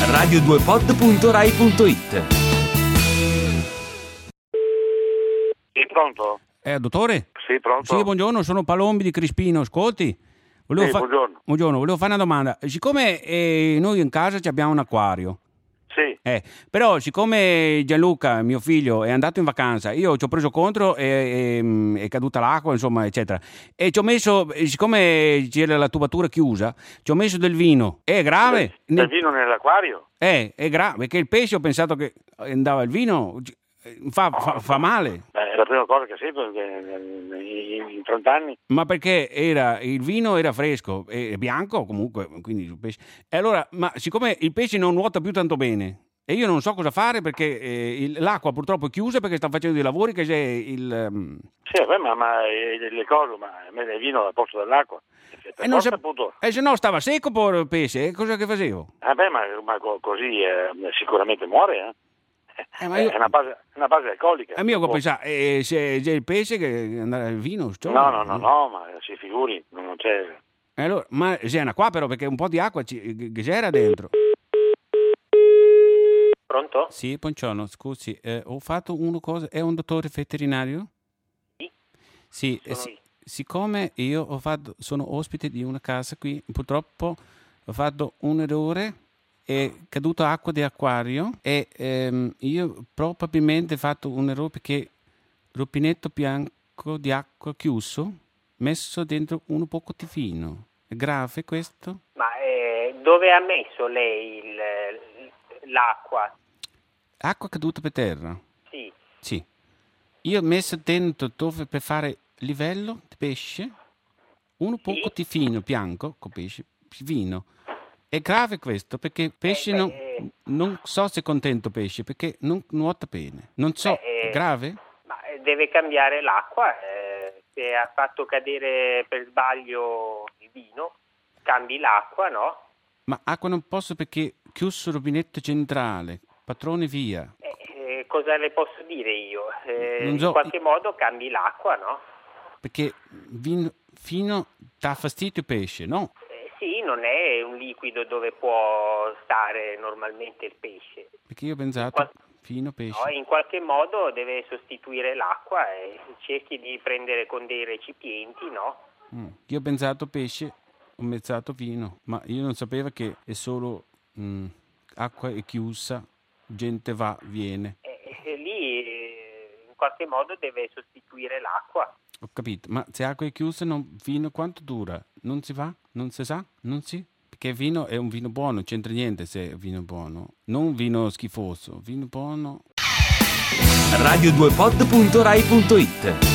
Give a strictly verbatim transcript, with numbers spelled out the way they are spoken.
radio due pod punto rai punto it. Sì, pronto? Eh, dottore? Sì, pronto? Sì, buongiorno, sono Palombi di Crispino, ascolti. Volevo Sì, fa- buongiorno. Buongiorno, volevo fare una domanda. Siccome eh, noi in casa ci abbiamo un acquario, Sì, eh, però siccome Gianluca, mio figlio, è andato in vacanza, io ci ho preso contro e, e- è caduta l'acqua, insomma, eccetera. E ci ho messo, siccome c'era la tubatura chiusa, ci ho messo del vino. È grave? del, del vino nell'acquario? Eh, è grave, perché il pesce ho pensato che andava il vino, fa, fa, fa male. Beh, è la prima cosa che sento in, in, in trenta anni. Ma perché era il vino era fresco e bianco comunque, quindi il pesce. E allora, ma siccome il pesce non nuota più tanto bene e io non so cosa fare perché eh, il- l'acqua purtroppo è chiusa perché stanno facendo dei lavori che c'è il um, Sì, beh, ma, ma eh, le cose, ma mettere il vino al posto dell'acqua. Per e non forza, sa- appunto. e se no stava secco poi il pesce, e cosa che facevo? Eh beh, ma, ma co- così eh, sicuramente muore, eh? Eh, ma io- È una base, è una base alcolica. E mio Non può- pensare, eh, se c'è il pesce che andrà il vino, cioè, No, no, no, no, ma si figuri, non c'è... E allora, ma c'è una qua però perché un po' di acqua ci, che c'era dentro. Pronto? Sì, buongiorno, scusi, eh, ho fatto una cosa, è un dottore veterinario? Sì. Sì, eh, Sono si- io. siccome io ho fatto, sono ospite di una casa qui, purtroppo ho fatto un errore, è caduta acqua di acquario e ehm, io probabilmente ho fatto un errore perché il rubinetto bianco di acqua chiuso, messo dentro un poco di vino. È grave questo? Ma eh, dove ha messo lei il- l'acqua? Acqua caduta per terra? Sì. Sì. Io ho messo dentro dove per fare livello di pesce, un poco di vino bianco con pesce, vino. È grave questo perché pesce beh, non, eh. non so se è contento pesce perché non nuota bene. Non so, Beh, eh. è grave? Ma eh, deve cambiare l'acqua. eh, se ha fatto cadere per sbaglio il vino, cambi l'acqua, no? Ma acqua non posso perché chiuso il rubinetto centrale, padrone via. Eh, eh, cosa le posso dire io? Eh, Non so. In qualche modo cambi l'acqua, no? Perché vino, fino dà fastidio pesce, no? Eh, sì, non è un liquido dove può stare normalmente il pesce. Perché io ho pensato Qua- fino pesce. No, in qualche modo deve sostituire l'acqua e cerchi di prendere con dei recipienti, no? Mm. Io ho pensato pesce, ho mezzato vino, ma io non sapevo che è solo mm, acqua è chiusa, gente va, viene. E, e lì eh, in qualche modo deve sostituire l'acqua. Ho capito, ma se acqua è chiusa, non, vino quanto dura? Non si va? Non si sa? Non si? Perché vino è un vino buono, non c'entra niente se è vino buono. Non vino schifoso, vino buono. radio due pod punto rai punto it.